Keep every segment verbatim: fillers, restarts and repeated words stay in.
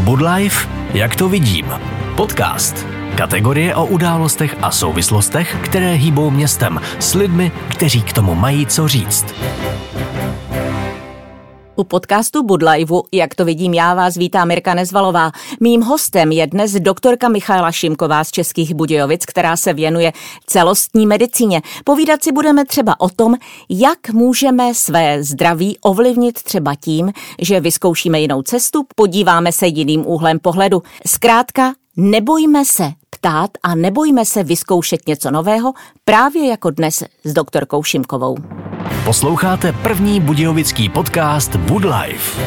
Bud Life, jak to vidím. Podcast. Kategorie o událostech a souvislostech, které hýbou městem s lidmi, kteří k tomu mají co říct. U podcastu Bud Liveu, jak to vidím já, vás vítá Mirka Nezvalová. Mým hostem je dnes doktorka Michaela Šimková z Českých Budějovic, která se věnuje celostní medicíně. Povídat si budeme třeba o tom, jak můžeme své zdraví ovlivnit třeba tím, že vyzkoušíme jinou cestu, podíváme se jiným úhlem pohledu. Zkrátka, nebojme se ptát a nebojme se vyzkoušet něco nového, právě jako dnes s doktorkou Šimkovou. Posloucháte první budějovický podcast Bud Life.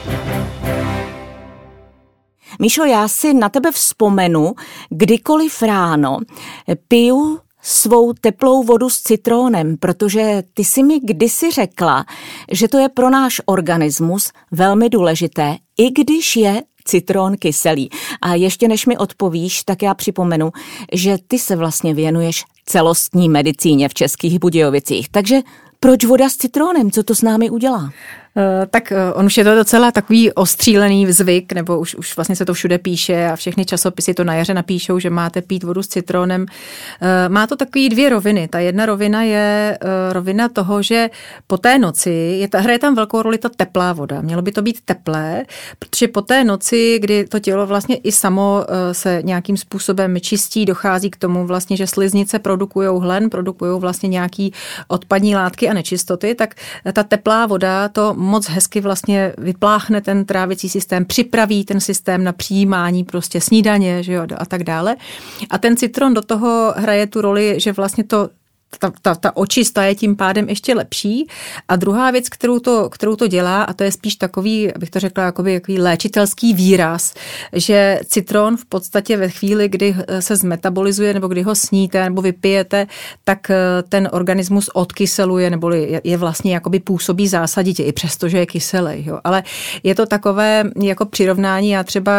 Míšo, já si na tebe vzpomenu, kdykoliv ráno piju svou teplou vodu s citrónem, protože ty jsi mi kdysi řekla, že to je pro náš organismus velmi důležité, i když je citron kyselý. A ještě než mi odpovíš, tak já připomenu, že ty se vlastně věnuješ celostní medicíně v Českých Budějovicích. Takže proč voda s citrónem? Co to s námi udělá? Uh, tak uh, on už je to docela takový ostřílený zvyk, nebo už, už vlastně se to všude píše a všechny časopisy to na jaře napíšou, že máte pít vodu s citrónem. Uh, má to takový dvě roviny. Ta jedna rovina je uh, rovina toho, že po té noci, je ta, hraje tam velkou roli ta teplá voda. Mělo by to být teplé, protože po té noci, kdy to tělo vlastně i samo uh, se nějakým způsobem čistí, dochází k tomu vlastně, že sliznice produkujou hlen, produkujou vlastně nějaký odpadní látky a nečistoty, tak ta teplá voda to moc hezky vlastně vypláchne ten trávicí systém, připraví ten systém na přijímání prostě snídaně, že jo, a tak dále. A ten citron do toho hraje tu roli, že vlastně to Ta, ta, ta očista je tím pádem ještě lepší. A druhá věc, kterou to, kterou to dělá, a to je spíš takový, abych to řekla, jakoby, jakoby léčitelský výraz, že citron v podstatě ve chvíli, kdy se zmetabolizuje, nebo kdy ho sníte, nebo vypijete, tak ten organismus odkyseluje, nebo je, je vlastně jakoby působí zásaditě, i přesto, že je kyselej. Jo. Ale je to takové jako přirovnání, já třeba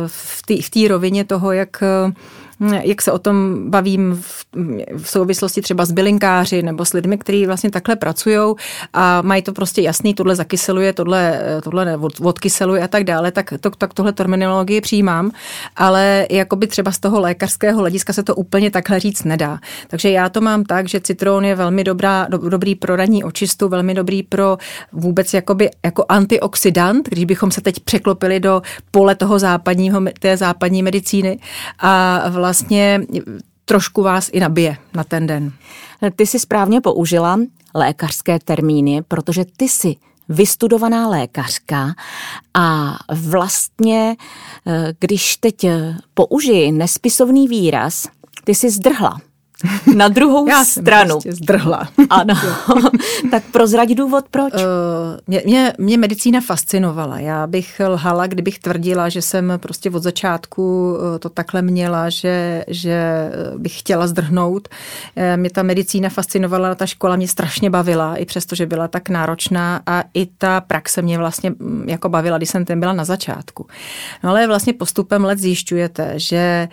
v té rovině toho, jak jak se o tom bavím v, v souvislosti třeba s bylinkáři nebo s lidmi, kteří vlastně takhle pracujou a mají to prostě jasný, tohle zakyseluje, tohle, tohle odkyseluje a tak dále, tak, to, tak tohle terminologii přijímám, ale jakoby třeba z toho lékařského hlediska se to úplně takhle říct nedá. Takže já to mám tak, že citron je velmi dobrá, do, dobrý pro ranní očistu, velmi dobrý pro vůbec jakoby jako antioxidant, když bychom se teď překlopili do pole toho západního, té západní medicíny a vlastně trošku vás i nabije na ten den. Ty jsi správně použila lékařské termíny, protože ty jsi vystudovaná lékařka a vlastně, když teď použiji nespisovný výraz, ty jsi zdrhla. Na druhou Já stranu. Prostě zdrhla. Ano. Tak prozrať důvod, proč? Uh, mě, mě, mě medicína fascinovala. Já bych lhala, kdybych tvrdila, že jsem prostě od začátku to takhle měla, že, že bych chtěla zdrhnout. Mě ta medicína fascinovala, ta škola mě strašně bavila, i přesto, že byla tak náročná a i ta praxe mě vlastně jako bavila, když jsem tam byla na začátku. No ale vlastně postupem let zjišťujete, že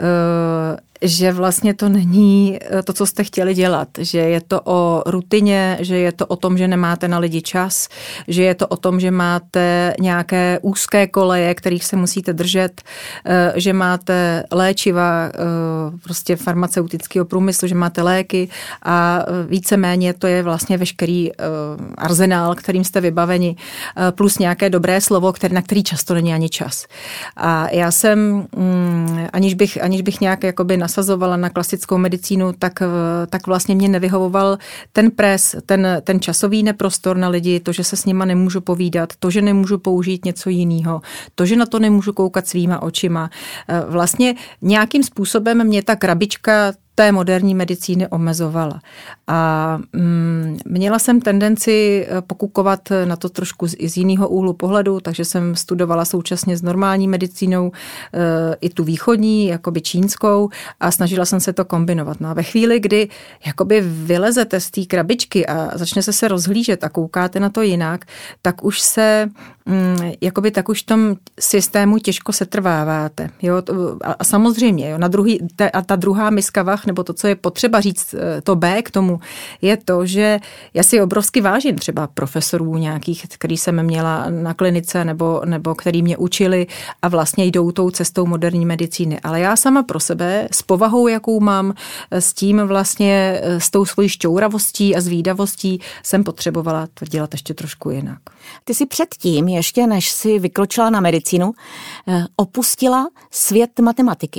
uh, že vlastně to není to, co jste chtěli dělat, že je to o rutině, že je to o tom, že nemáte na lidi čas, že je to o tom, že máte nějaké úzké koleje, kterých se musíte držet, že máte léčiva prostě farmaceutického průmyslu, že máte léky a víceméně to je vlastně veškerý arzenál, kterým jste vybaveni, plus nějaké dobré slovo, který, na který často není ani čas. A já jsem, aniž bych, aniž bych nějak jakoby nasazovala na klasickou medicínu, tak, tak vlastně mě nevyhovoval ten pres, ten, ten časový neprostor na lidi, to, že se s nima nemůžu povídat, to, že nemůžu použít něco jiného, to, že na to nemůžu koukat svýma očima. Vlastně nějakým způsobem mě ta krabička té moderní medicíny omezovala. A mm, měla jsem tendenci pokukovat na to trošku z, z jiného úhlu pohledu, takže jsem studovala současně s normální medicínou e, i tu východní, jakoby čínskou a snažila jsem se to kombinovat. No a ve chvíli, kdy jakoby vylezete z té krabičky a začne se se rozhlížet a koukáte na to jinak, tak už se mm, jakoby tak už v tom systému těžko setrváváte. Jo? A, a samozřejmě, jo, na druhý, ta, a ta druhá miska vah obsah nebo to, co je potřeba říct, to B k tomu, je to, že já si obrovsky vážím třeba profesorů nějakých, který jsem měla na klinice nebo, nebo který mě učili a vlastně jdou tou cestou moderní medicíny. Ale já sama pro sebe s povahou, jakou mám, s tím vlastně, s tou svojí šťouravostí a zvídavostí jsem potřebovala to dělat ještě trošku jinak. Ty si předtím, ještě než si vykročila na medicínu, opustila svět matematiky.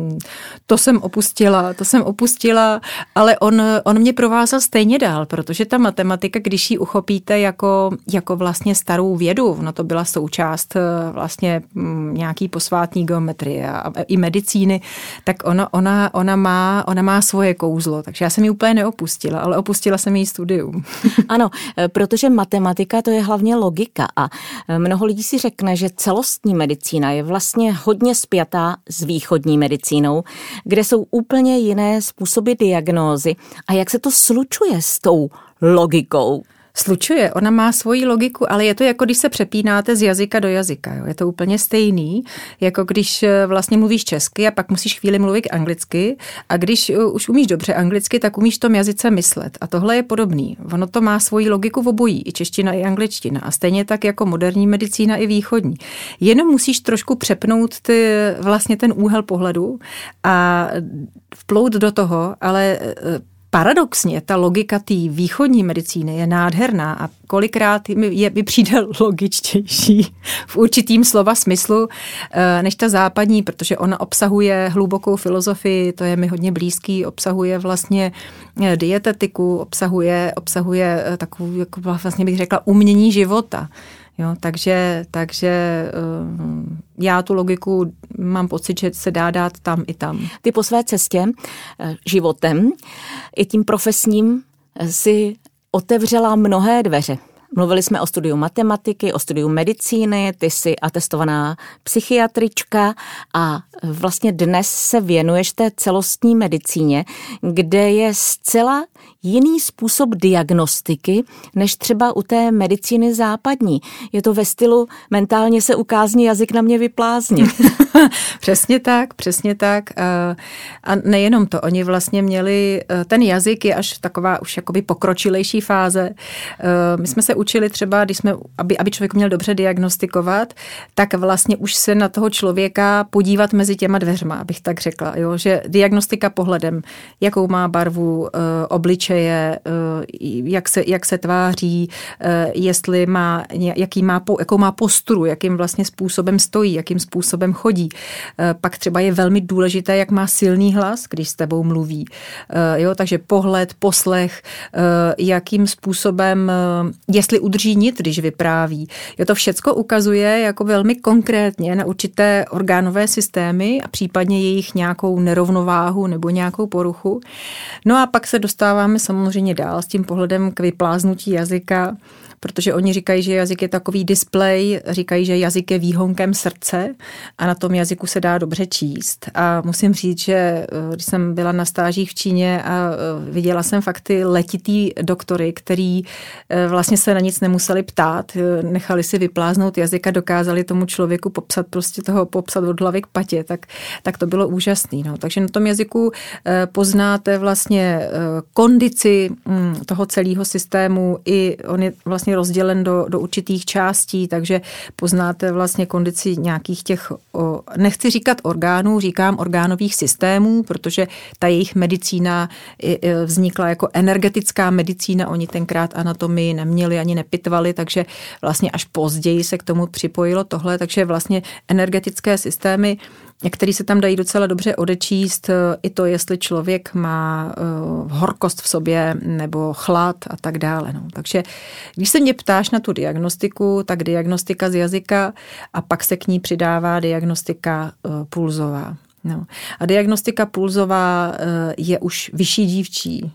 To jsem opustila, to jsem opustila, ale on, on mě provázal stejně dál, protože ta matematika, když ji uchopíte jako, jako vlastně starou vědu, no to byla součást vlastně nějaký posvátní geometrie a i medicíny, tak ona, ona, ona, má, ona má svoje kouzlo, takže já jsem ji úplně neopustila, ale opustila jsem její studium. Ano, protože matematika to je hlavně logika a mnoho lidí si řekne, že celostní medicína je vlastně hodně spjatá s východní medicínou, kde jsou úplně jiné způsoby diagnózy. A jak se to slučuje s tou logikou? Slučuje, ona má svoji logiku, ale je to jako když se přepínáte z jazyka do jazyka. Jo. Je to úplně stejný, jako když vlastně mluvíš česky a pak musíš chvíli mluvit anglicky a když už umíš dobře anglicky, tak umíš v tom jazyce myslet. A tohle je podobný. Ono to má svoji logiku v obojí, i čeština, i angličtina. A stejně tak jako moderní medicína i východní. Jenom musíš trošku přepnout ty, vlastně ten úhel pohledu a vplout do toho, ale paradoxně, ta logika té východní medicíny je nádherná a kolikrát mi, je, mi přijde logičtější v určitým slova smyslu než ta západní, protože ona obsahuje hlubokou filozofii, to je mi hodně blízký, obsahuje vlastně dietetiku, obsahuje, obsahuje takovou, jako vlastně bych řekla, umění života. Jo, takže, takže uh, já tu logiku mám pocit, že se dá dát tam i tam. Ty po své cestě životem i tím profesním si otevřela mnohé dveře. Mluvili jsme o studiu matematiky, o studiu medicíny, ty jsi atestovaná psychiatrička a vlastně dnes se věnuješ té celostní medicíně, kde je zcela jiný způsob diagnostiky, než třeba u té medicíny západní. Je to ve stylu mentálně se ukázní, jazyk na mě vyplázni. Přesně tak, přesně tak. A nejenom to, oni vlastně měli, ten jazyk je až taková už jakoby pokročilejší fáze. My jsme se učili třeba, když jsme, aby, aby člověk měl dobře diagnostikovat, tak vlastně už se na toho člověka podívat mezi těma dveřma, abych tak řekla. Jo? Že diagnostika pohledem, jakou má barvu obličeje, jak se, jak se tváří, jestli má, jaký má, jakou má posturu, jakým vlastně způsobem stojí, jakým způsobem chodí. Pak třeba je velmi důležité, jak má silný hlas, když s tebou mluví. Jo? Takže pohled, poslech, jakým způsobem, jestli udrží nit, když vypráví. Jo, to všecko ukazuje jako velmi konkrétně na určité orgánové systémy a případně jejich nějakou nerovnováhu nebo nějakou poruchu. No a pak se dostáváme samozřejmě dál s tím pohledem k vypláznutí jazyka, protože oni říkají, že jazyk je takový displej, říkají, že jazyk je výhonkem srdce a na tom jazyku se dá dobře číst. A musím říct, že když jsem byla na stážích v Číně a viděla jsem fakt ty letitý doktory, který vlastně se na nic nemuseli ptát, nechali si vypláznout jazyk a dokázali tomu člověku popsat prostě toho popsat od hlavy k patě, tak, tak to bylo úžasný. No. Takže na tom jazyku poznáte vlastně kondici toho celého systému i on je vlastně rozdělen do, do určitých částí, takže poznáte vlastně kondici nějakých těch, o, nechci říkat orgánů, říkám orgánových systémů, protože ta jejich medicína vznikla jako energetická medicína, oni tenkrát anatomii neměli ani nepitvali, takže vlastně až později se k tomu připojilo tohle, takže vlastně energetické systémy, který se tam dají docela dobře odečíst, i to, jestli člověk má uh, horkost v sobě nebo chlad a tak dále. No. Takže když se mě ptáš na tu diagnostiku, tak diagnostika z jazyka a pak se k ní přidává diagnostika uh, pulzová. No. A diagnostika pulzová je už vyšší dívčí.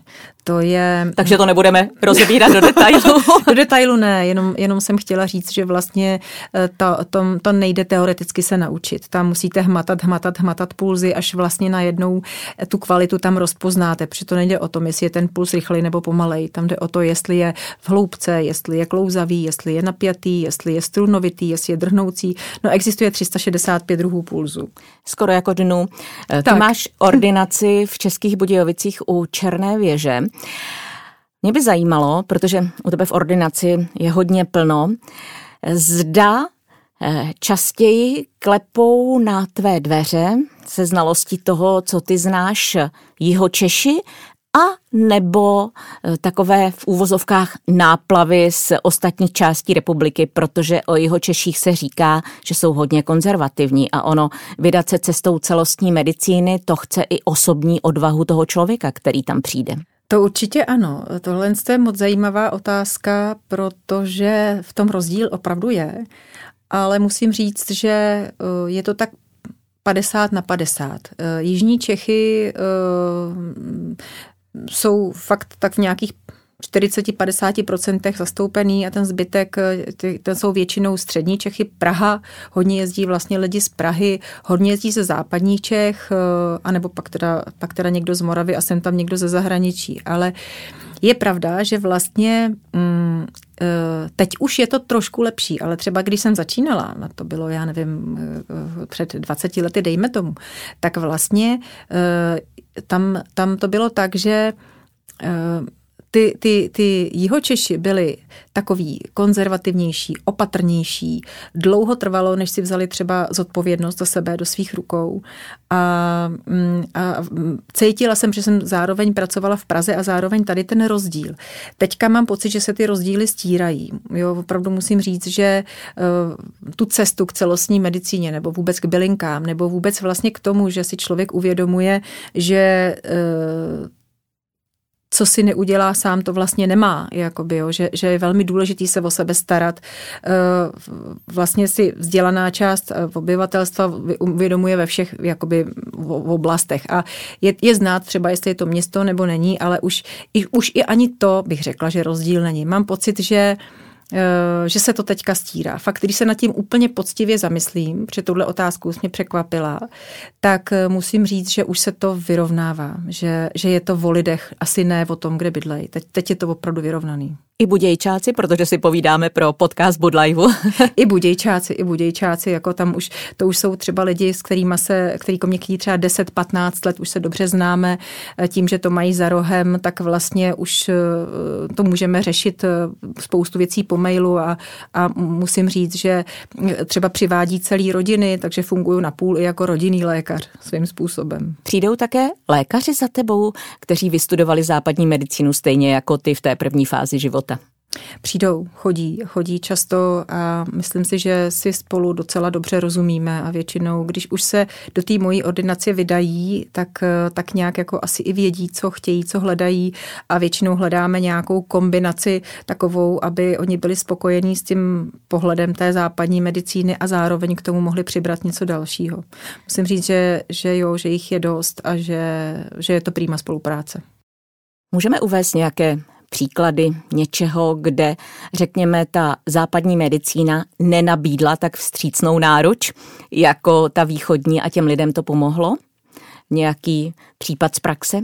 To je... Takže to nebudeme rozebírat do detailu. Do detailu ne, jenom, jenom jsem chtěla říct, že vlastně to, to, to nejde teoreticky se naučit. Tam musíte hmatat, hmatat, hmatat pulzy, až vlastně najednou tu kvalitu tam rozpoznáte, protože to nejde o tom, jestli je ten puls rychlej nebo pomalej. Tam jde o to, jestli je v hloubce, jestli je klouzavý, jestli je napjatý, jestli je strunovitý, jestli je drhnoucí. No existuje tři sta šedesát pět druhů pulzu. Skoro jako dnu. Ty tak. máš ordinaci v Českých Budějovicích u Černé věže. Mě by zajímalo, protože u tebe v ordinaci je hodně plno, zda častěji klepou na tvé dveře se znalostí toho, co ty znáš, Jihočeši, a nebo takové v úvozovkách náplavy z ostatních částí republiky, protože o Jihočeších se říká, že jsou hodně konzervativní a ono vydat se cestou celostní medicíny, to chce i osobní odvahu toho člověka, který tam přijde. To určitě ano. Tohle je moc zajímavá otázka, protože v tom rozdíl opravdu je, ale musím říct, že je to tak padesát na padesát. Jižní Čechy jsou fakt tak v nějakých čtyřicet až padesát procent zastoupený a ten zbytek, ten jsou většinou střední Čechy, Praha, hodně jezdí vlastně lidi z Prahy, hodně jezdí ze západních Čech, anebo pak teda, pak teda někdo z Moravy a sem tam někdo ze zahraničí. Ale je pravda, že vlastně mm, teď už je to trošku lepší, ale třeba když jsem začínala, no to bylo, já nevím, před dvaceti lety, dejme tomu, tak vlastně tam, tam to bylo tak, že Ty, ty, ty Jihočeši byli takový konzervativnější, opatrnější. Dlouho trvalo, než si vzali třeba zodpovědnost za sebe do svých rukou. A, a cítila jsem, že jsem zároveň pracovala v Praze a zároveň tady ten rozdíl. Teďka mám pocit, že se ty rozdíly stírají. Jo, opravdu musím říct, že uh, tu cestu k celostní medicíně nebo vůbec k bylinkám nebo vůbec vlastně k tomu, že si člověk uvědomuje, že uh, co si neudělá sám, to vlastně nemá, jakoby, jo, že, že je velmi důležitý se o sebe starat. Vlastně si vzdělaná část obyvatelstva uvědomuje ve všech jakoby, v oblastech. A je, je znát třeba, jestli je to město nebo není, ale už i, už i ani to bych řekla, že rozdíl není. Mám pocit, že že se to teďka stírá. Fakt, když se nad tím úplně poctivě zamyslím, protože tuhle otázku mě překvapila, tak musím říct, že už se to vyrovnává, že, že je to o lidech, asi ne o tom, kde bydlejí. Teď, teď je to opravdu vyrovnaný. I Budějčáci, protože si povídáme pro podcast Budlajvu. I Budějčáci, i Budějčáci, jako tam už, to už jsou třeba lidi, s kterými se, který ko mě chtějí třeba deset patnáct let, už se dobře známe, tím, že to mají za rohem, tak vlastně už to můžeme řešit spoustu věcí po mailu a, a musím říct, že třeba přivádí celý rodiny, takže fungují napůl i jako rodinný lékař svým způsobem. Přijdou také lékaři za tebou, kteří vystudovali západní medicínu stejně jako ty v té první fázi života? Přijdou, chodí, chodí často a myslím si, že si spolu docela dobře rozumíme a většinou, když už se do té mojí ordinace vydají, tak, tak nějak jako asi i vědí, co chtějí, co hledají a většinou hledáme nějakou kombinaci takovou, aby oni byli spokojení s tím pohledem té západní medicíny a zároveň k tomu mohli přibrat něco dalšího. Musím říct, že, že jo, že jich je dost a že, že je to prima spolupráce. Můžeme uvést nějaké příklady něčeho, kde, řekněme, ta západní medicína nenabídla tak vstřícnou náruč, jako ta východní a těm lidem to pomohlo? Nějaký případ z praxe?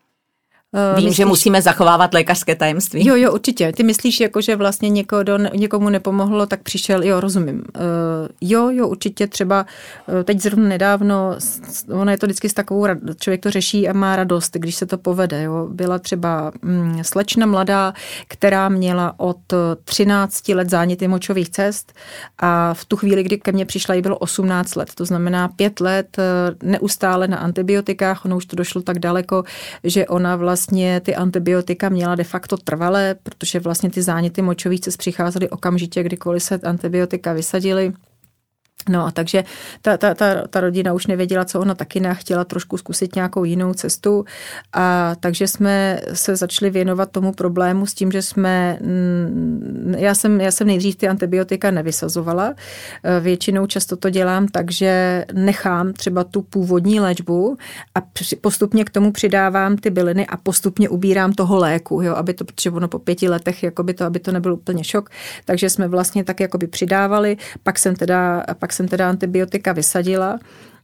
Vím, myslíš, že musíme zachovávat lékařské tajemství. Jo, jo, určitě. Ty myslíš, jako, že vlastně někoho, někomu nepomohlo, tak přišel, jo, rozumím. Uh, jo, jo, určitě třeba uh, teď zrovna nedávno, ono je to vždycky s takovou, člověk to řeší a má radost, když se to povede. Jo. Byla třeba mm, slečna mladá, která měla od třinácti let záněty močových cest a v tu chvíli, kdy ke mně přišla, jí bylo osmnáct let. To znamená pět let uh, neustále na antibiotikách, ono už to došlo tak daleko, že ona vlastně Vlastně ty antibiotika měla de facto trvalé, protože vlastně ty záněty močových cest přicházely okamžitě, kdykoliv se antibiotika vysadily. No a takže ta, ta, ta, ta rodina už nevěděla, co ona taky chtěla trošku zkusit nějakou jinou cestu a takže jsme se začali věnovat tomu problému s tím, že jsme, já jsem, já jsem nejdřív ty antibiotika nevysazovala, většinou často to dělám tak, že nechám třeba tu původní léčbu a postupně k tomu přidávám ty byliny a postupně ubírám toho léku, jo, aby to, protože ono po pěti letech, jakoby to, aby to nebyl úplně šok, takže jsme vlastně tak jakoby přidávali, pak jsem teda, pak jsem teda antibiotika vysadila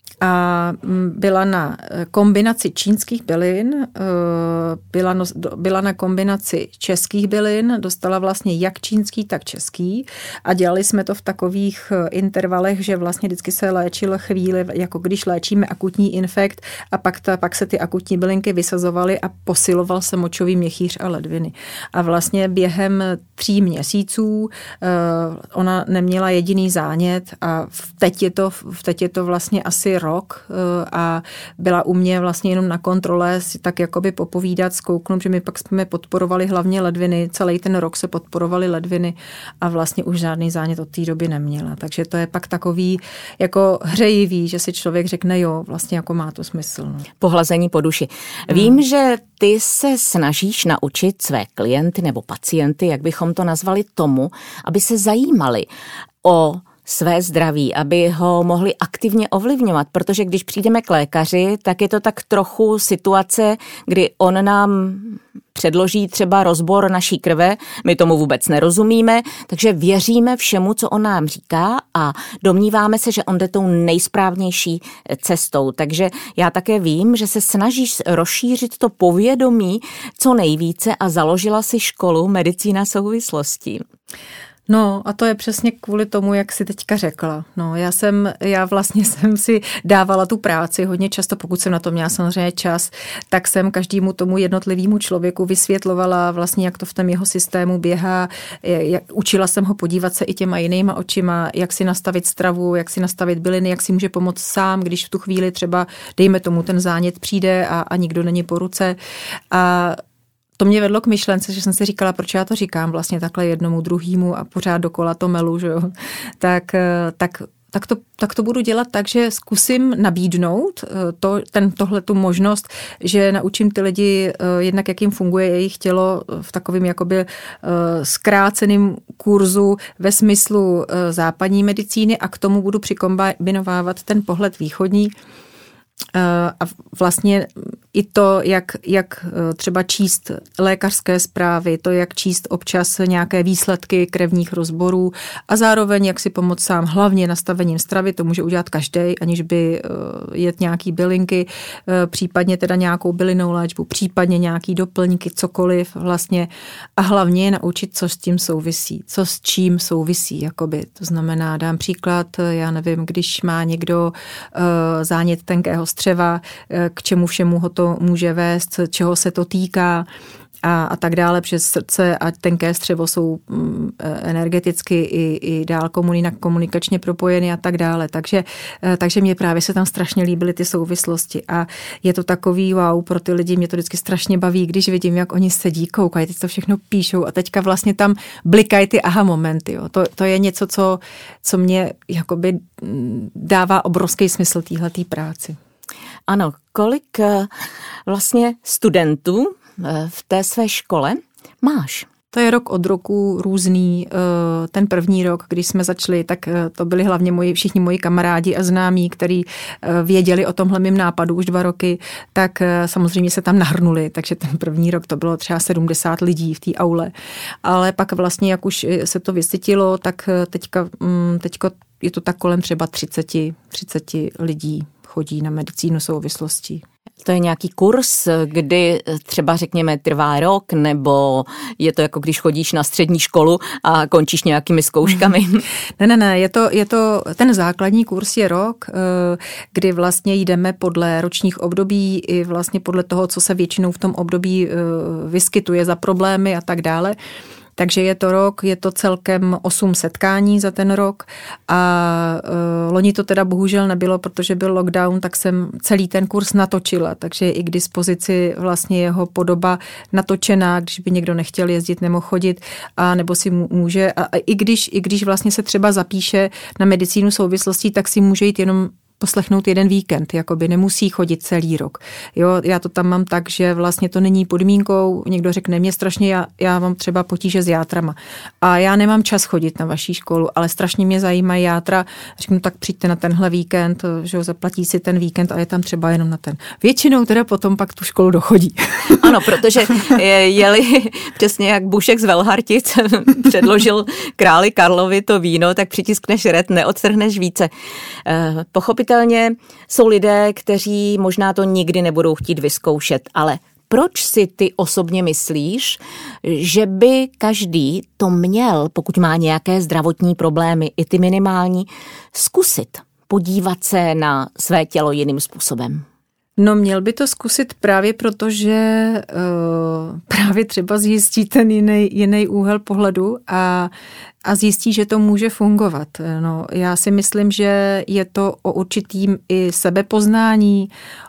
a byla na kombinaci čínských bylin, byla, no, byla na kombinaci českých bylin, dostala vlastně jak čínský, tak český a dělali jsme to v takových intervalech, že vlastně vždycky se léčil chvíli, jako když léčíme akutní infekt a pak, ta, pak se ty akutní bylinky vysazovaly a posiloval se močový měchýř a ledviny. A vlastně během tří měsíců ona neměla jediný zánět a teď je to, teď je to vlastně asi rok a byla u mě vlastně jenom na kontrole si tak jakoby popovídat, zkouknout, že my pak jsme podporovali hlavně ledviny, celý ten rok se podporovaly ledviny a vlastně už žádný zánět od té doby neměla. Takže to je pak takový jako hřejivý, že si člověk řekne, jo, vlastně jako má to smysl. No. Pohlazení po duši. Vím, hmm. že ty se snažíš naučit své klienty nebo pacienty, jak bychom to nazvali, tomu, aby se zajímali o své zdraví, aby ho mohli aktivně ovlivňovat, protože když přijdeme k lékaři, tak je to tak trochu situace, kdy on nám předloží třeba rozbor naší krve, my tomu vůbec nerozumíme, takže věříme všemu, co on nám říká a domníváme se, že on jde tou nejsprávnější cestou. Takže já také vím, že se snažíš rozšířit to povědomí co nejvíce a založila si školu Medicína souvislostí. No a to je přesně kvůli tomu, jak jsi teďka řekla. No já jsem, já vlastně jsem si dávala tu práci hodně často, pokud jsem na to měla samozřejmě čas, tak jsem každému tomu jednotlivému člověku vysvětlovala vlastně, jak to v tom jeho systému běhá. Jak, učila jsem ho podívat se i těma jinýma očima, jak si nastavit stravu, jak si nastavit byliny, jak si může pomoct sám, když v tu chvíli třeba, dejme tomu, ten zánět přijde a, a nikdo není po ruce. A to mě vedlo k myšlence, že jsem si říkala, proč já to říkám vlastně takhle jednomu, druhému a pořád dokola to melu, že jo. Tak, tak, tak, to, tak to budu dělat tak, že zkusím nabídnout to, ten, tohle tu možnost, že naučím ty lidi jednak, jak jim funguje jejich tělo v takovém jakoby zkráceném kurzu ve smyslu západní medicíny a k tomu budu přikombinovávat ten pohled východní. A vlastně i to, jak, jak třeba číst lékařské zprávy, to, jak číst občas nějaké výsledky krevních rozborů a zároveň, jak si pomoct sám, hlavně nastavením stravy, to může udělat každý, aniž by jet nějaký bylinky, případně teda nějakou bylinnou léčbu, případně nějaký doplňky, cokoliv vlastně a hlavně naučit, co s tím souvisí, co s čím souvisí, jakoby. To znamená, dám příklad, já nevím, když má někdo zánět tenkého střeva, k čemu všemu ho to může vést, čeho se to týká a, a tak dále, přes srdce a tenké střevo jsou mm, energeticky i, i dál komunik, komunikačně propojeny a tak dále. Takže, takže mě právě se tam strašně líbily ty souvislosti a je to takový wow pro ty lidi, mě to vždycky strašně baví, když vidím, jak oni sedí, koukají, teď to všechno píšou a teďka vlastně tam blikají ty aha momenty. Jo. To, to je něco, co, co mě jakoby dává obrovský smysl téhletý práci. Ano, kolik vlastně studentů v té své škole máš? To je rok od roku různý. Ten první rok, když jsme začali, tak to byli hlavně moji, všichni moji kamarádi a známí, kteří věděli o tomhle mým nápadu už dva roky, tak samozřejmě se tam nahrnuli, takže ten první rok to bylo třeba sedmdesát lidí v té aule. Ale pak vlastně, jak už se to vysytilo, tak teďka, teďka je to tak kolem třeba třicet, třicet lidí chodí na medicínu souvislostí. To je nějaký kurz, kdy třeba řekněme trvá rok, nebo je to jako když chodíš na střední školu a končíš nějakými zkouškami? Ne, ne, ne, je to, je to, ten základní kurz je rok, kdy vlastně jdeme podle ročních období i vlastně podle toho, co se většinou v tom období vyskytuje za problémy a tak dále. Takže je to rok, je to celkem osm setkání za ten rok a uh, loni to teda bohužel nebylo, protože byl lockdown, tak jsem celý ten kurz natočila, takže je i k dispozici vlastně jeho podoba natočená, když by někdo nechtěl jezdit, nemohl chodit, a nebo si může, a, a i když, i když vlastně se třeba zapíše na medicínu souvislostí, tak si může jít jenom poslechnout jeden víkend, jakoby nemusí chodit celý rok. Jo, já to tam mám tak, že vlastně to není podmínkou, někdo řekne, mě strašně, já, já mám třeba potíže s játrama a já nemám čas chodit na vaší školu, ale strašně mě zajímají játra, řeknu, tak přijďte na tenhle víkend, že jo, zaplatí si ten víkend a je tam třeba jenom na ten. Většinou teda potom pak tu školu dochodí. Ano, protože jeli přesně jak Bušek z Velhartic předložil králi Karlovi to víno, tak přitiskneš red, neodtrhneš více. Pochopit jsou lidé, kteří možná to nikdy nebudou chtít vyzkoušet, ale proč si ty osobně myslíš, že by každý to měl, pokud má nějaké zdravotní problémy, i ty minimální, zkusit podívat se na své tělo jiným způsobem? No měl by to zkusit právě proto, že uh, právě třeba zjistí ten jiný, jiný úhel pohledu a, a zjistí, že to může fungovat. No, já si myslím, že je to o určitým i sebepoznání,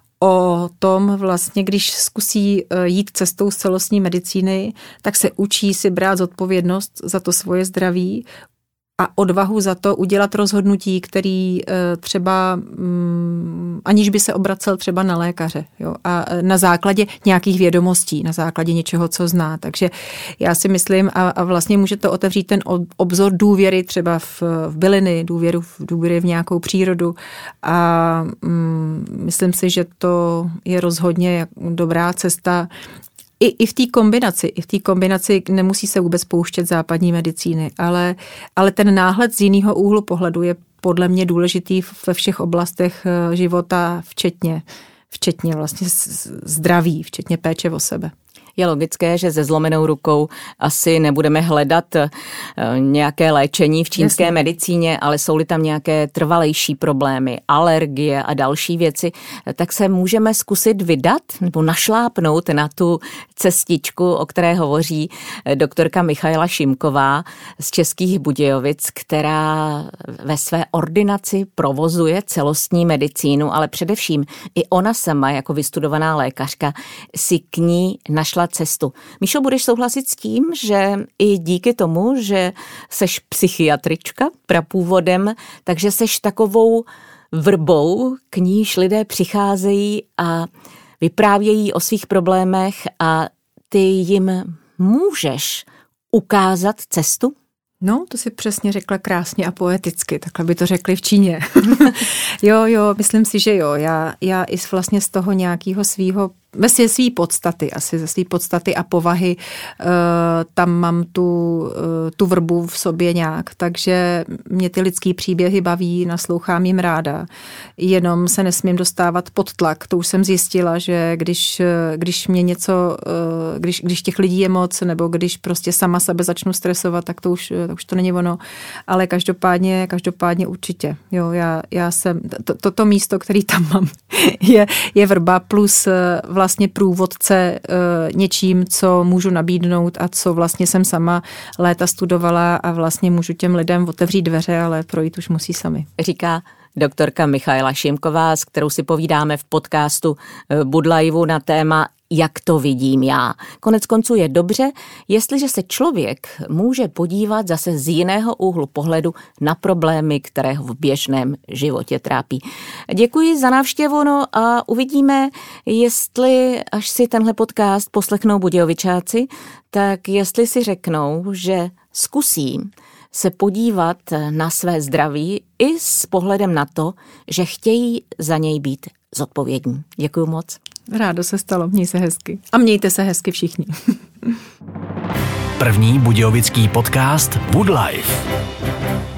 o tom vlastně, když zkusí jít cestou z celostní medicíny, tak se učí si brát zodpovědnost za to svoje zdraví, a odvahu za to udělat rozhodnutí, který třeba, aniž by se obracel třeba na lékaře, jo, a na základě nějakých vědomostí, na základě něčeho, co zná. Takže já si myslím, a, a vlastně může to otevřít ten obzor důvěry třeba v, v byliny, důvěru, důvěry v nějakou přírodu a mm, myslím si, že to je rozhodně dobrá cesta. I, i v té kombinaci, i v té kombinaci nemusí se vůbec pouštět západní medicíny, ale, ale ten náhled z jiného úhlu pohledu je podle mě důležitý ve všech oblastech života, včetně, včetně vlastně zdraví, včetně péče o sebe. Je logické, že se zlomenou rukou asi nebudeme hledat nějaké léčení v čínské Jasně. medicíně, ale jsou-li tam nějaké trvalejší problémy, alergie a další věci, tak se můžeme zkusit vydat nebo našlápnout na tu cestičku, o které hovoří doktorka Michaela Šimková z Českých Budějovic, která ve své ordinaci provozuje celostní medicínu, ale především i ona sama jako vystudovaná lékařka si k ní našla cestu. Míšo, budeš souhlasit s tím, že i díky tomu, že seš psychiatrička prapůvodem, takže seš takovou vrbou, k níž lidé přicházejí a vyprávějí o svých problémech a ty jim můžeš ukázat cestu? No, to si přesně řekla krásně a poeticky, takhle by to řekli v Číně. jo, jo, myslím si, že jo. Já, já i vlastně z toho nějakého svýho, ve své podstaty, asi ze své podstaty a povahy, uh, tam mám tu, uh, tu vrbu v sobě nějak, takže mě ty lidský příběhy baví, naslouchám jim ráda. Jenom se nesmím dostávat pod tlak. To už jsem zjistila, že když, když mě něco, uh, když, když těch lidí je moc, nebo když prostě sama sebe začnu stresovat, tak to už, to už to není ono. Ale každopádně, každopádně určitě. Jo, já, já jsem, to, toto místo, který tam mám, je, je vrba plus uh, vlastně průvodce e, něčím, co můžu nabídnout a co vlastně jsem sama léta studovala a vlastně můžu těm lidem otevřít dveře, ale projít už musí sami. Říká doktorka Michaela Šimková, s kterou si povídáme v podcastu Budlajvu na téma Jak to vidím já. Konec konců je dobře, jestliže se člověk může podívat zase z jiného úhlu pohledu na problémy, které ho v běžném životě trápí. Děkuji za návštěvu, no a uvidíme, jestli, až si tenhle podcast poslechnou Budějovičáci, tak jestli si řeknou, že zkusí se podívat na své zdraví i s pohledem na to, že chtějí za něj být zodpovědní. Děkuju moc. Rádo se stalo, měj se hezky. A mějte se hezky všichni. První budějovický podcast Woodlife.